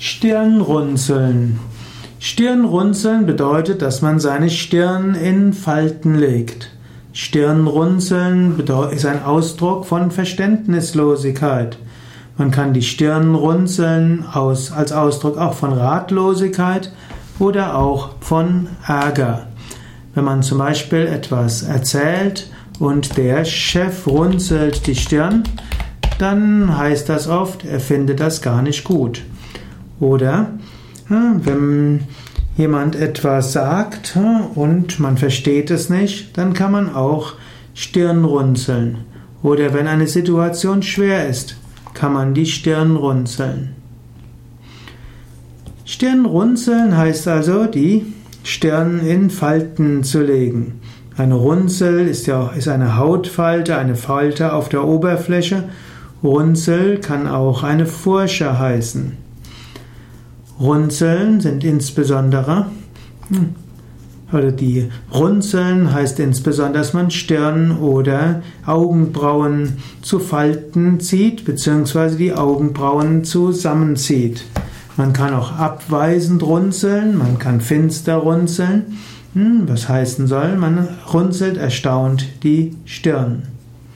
Stirnrunzeln. Stirnrunzeln bedeutet, dass man seine Stirn in Falten legt. Stirnrunzeln ist ein Ausdruck von Verständnislosigkeit. Man kann die Stirn runzeln als Ausdruck auch von Ratlosigkeit oder auch von Ärger. Wenn man zum Beispiel etwas erzählt und der Chef runzelt die Stirn, dann heißt das oft, er findet das gar nicht gut. Oder wenn jemand etwas sagt und man versteht es nicht, dann kann man auch Stirn runzeln. Oder wenn eine Situation schwer ist, kann man die Stirn runzeln. Stirn runzeln heißt also, die Stirn in Falten zu legen. Eine Runzel ist eine Hautfalte, eine Falte auf der Oberfläche. Runzel kann auch eine Furche heißen. Runzeln sind insbesondere, die Runzeln heißt insbesondere, dass man Stirn oder Augenbrauen zu Falten zieht, beziehungsweise die Augenbrauen zusammenzieht. Man kann auch abweisend runzeln, man kann finster runzeln. Was heißen soll, man runzelt erstaunt die Stirn.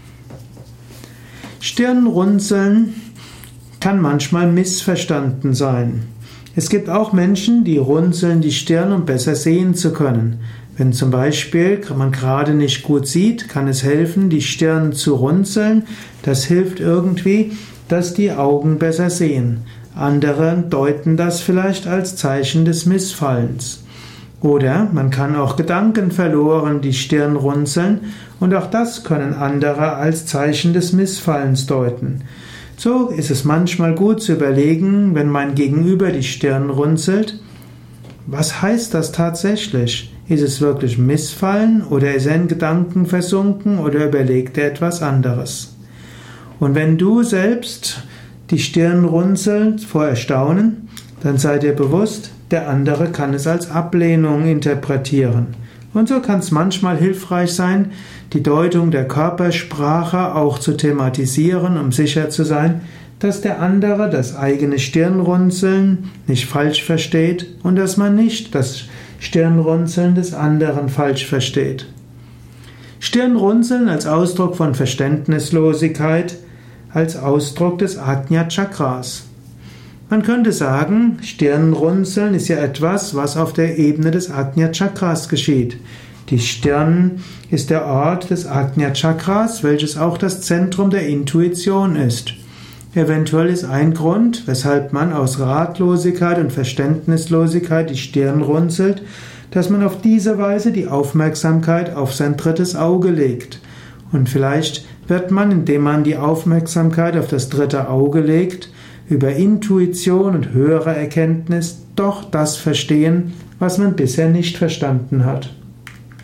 Stirnrunzeln kann manchmal missverstanden sein. Es gibt auch Menschen, die runzeln die Stirn, um besser sehen zu können. Wenn zum Beispiel man gerade nicht gut sieht, kann es helfen, die Stirn zu runzeln. Das hilft irgendwie, dass die Augen besser sehen. Andere deuten das vielleicht als Zeichen des Missfallens. Oder man kann auch gedankenverloren die Stirn runzeln und auch das können andere als Zeichen des Missfallens deuten. So ist es manchmal gut zu überlegen, wenn mein Gegenüber die Stirn runzelt, was heißt das tatsächlich? Ist es wirklich Missfallen oder ist er in Gedanken versunken oder überlegt er etwas anderes? Und wenn du selbst die Stirn runzelst vor Erstaunen, dann sei dir bewusst, der andere kann es als Ablehnung interpretieren. Und so kann es manchmal hilfreich sein, die Deutung der Körpersprache auch zu thematisieren, um sicher zu sein, dass der andere das eigene Stirnrunzeln nicht falsch versteht und dass man nicht das Stirnrunzeln des anderen falsch versteht. Stirnrunzeln als Ausdruck von Verständnislosigkeit, als Ausdruck des Ajna Chakras. Man könnte sagen, Stirnrunzeln ist ja etwas, was auf der Ebene des Ajna Chakras geschieht. Die Stirn ist der Ort des Ajna Chakras, welches auch das Zentrum der Intuition ist. Eventuell ist ein Grund, weshalb man aus Ratlosigkeit und Verständnislosigkeit die Stirn runzelt, dass man auf diese Weise die Aufmerksamkeit auf sein drittes Auge legt. Und vielleicht wird man, indem man die Aufmerksamkeit auf das dritte Auge legt, über Intuition und höhere Erkenntnis doch das verstehen, was man bisher nicht verstanden hat.